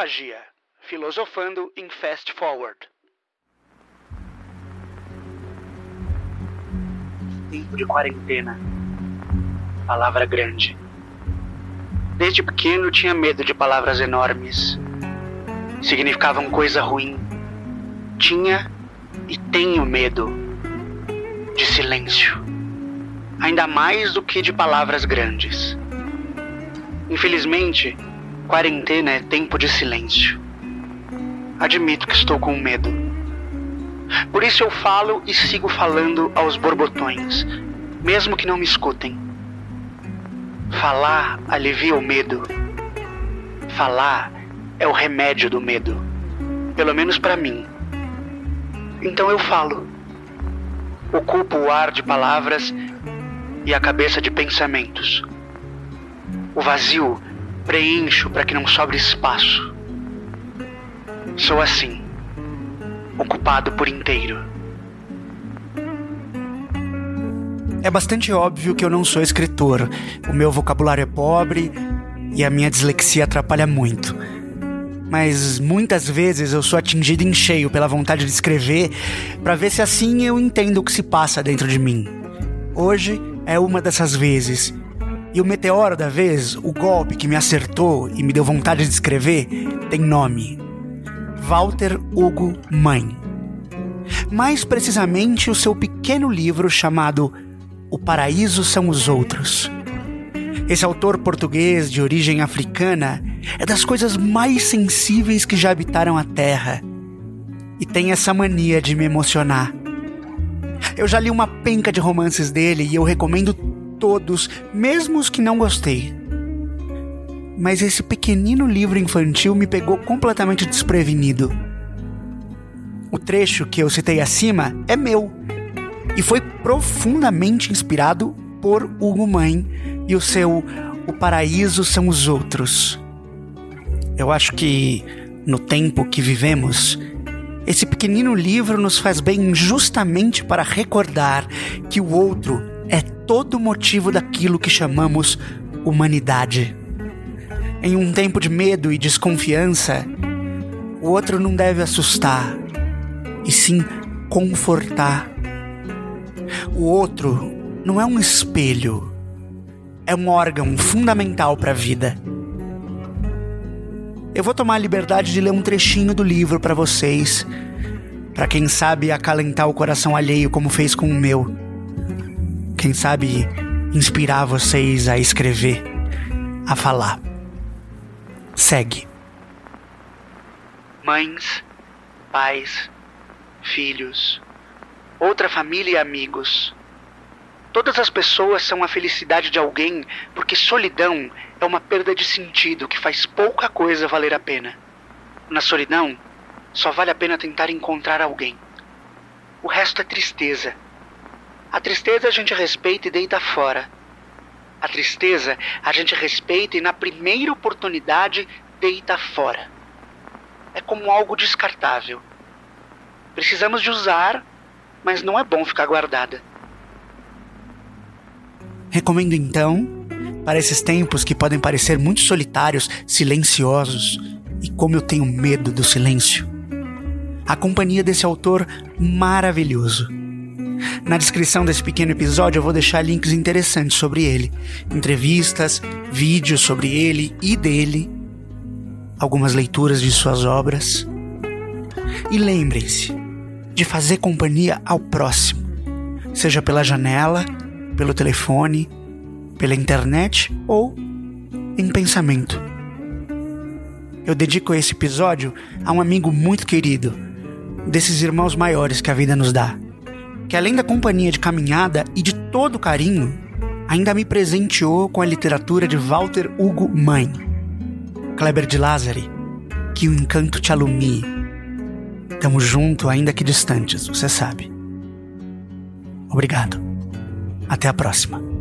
Magia, filosofando em Fast Forward. Tempo de quarentena. Palavra grande. Desde pequeno tinha medo de palavras enormes. Significavam coisa ruim. Tinha e tenho medo de silêncio. Ainda mais do que de palavras grandes. Infelizmente, quarentena é tempo de silêncio. Admito que estou com medo. Por isso eu falo e sigo falando aos borbotões, mesmo que não me escutem. Falar alivia o medo. Falar é o remédio do medo, pelo menos para mim. Então eu falo. Ocupo o ar de palavras e a cabeça de pensamentos. O vazio preencho para que não sobre espaço. Sou assim, ocupado por inteiro. É bastante óbvio que eu não sou escritor. O meu vocabulário é pobre e a minha dislexia atrapalha muito. Mas muitas vezes eu sou atingido em cheio pela vontade de escrever para ver se assim eu entendo o que se passa dentro de mim. Hoje é uma dessas vezes. E o meteoro da vez, o golpe que me acertou e me deu vontade de escrever, tem nome: Walter Hugo Mãe. Mais precisamente o seu pequeno livro chamado O Paraíso São os Outros. Esse autor português de origem africana é das coisas mais sensíveis que já habitaram a Terra. E tem essa mania de me emocionar. Eu já li uma penca de romances dele e eu recomendo todos, mesmo os que não gostei. Mas esse pequenino livro infantil me pegou completamente desprevenido. O trecho que eu citei acima é meu e foi profundamente inspirado por Hugo Mãe e o seu O Paraíso São os Outros. Eu acho que, no tempo que vivemos, esse pequenino livro nos faz bem justamente para recordar que o outro é todo o motivo daquilo que chamamos humanidade. Em um tempo de medo e desconfiança, o outro não deve assustar, e sim confortar. O outro não é um espelho, é um órgão fundamental para a vida. Eu vou tomar a liberdade de ler um trechinho do livro para vocês, para quem sabe acalentar o coração alheio como fez com o meu. Quem sabe inspirar vocês a escrever, a falar. Segue. Mães, pais, filhos, outra família e amigos. Todas as pessoas são a felicidade de alguém, porque solidão é uma perda de sentido que faz pouca coisa valer a pena. Na solidão, só vale a pena tentar encontrar alguém. O resto é tristeza. A tristeza a gente respeita e deita fora. A tristeza a gente respeita e na primeira oportunidade deita fora. É como algo descartável. Precisamos de usar, mas não é bom ficar guardada. Recomendo então, para esses tempos que podem parecer muito solitários, silenciosos, e como eu tenho medo do silêncio, a companhia desse autor maravilhoso. Na descrição desse pequeno episódio eu vou deixar links interessantes sobre ele, entrevistas, vídeos sobre ele e dele, algumas leituras de suas obras. E lembrem-se de fazer companhia ao próximo, seja pela janela, pelo telefone, pela internet ou em pensamento. Eu dedico esse episódio a um amigo muito querido, desses irmãos maiores que a vida nos dá, que além da companhia de caminhada e de todo o carinho, ainda me presenteou com a literatura de Walter Hugo Mãe. Kleber de Lázari, que o encanto te alumie. Tamo junto, ainda que distantes, você sabe. Obrigado. Até a próxima.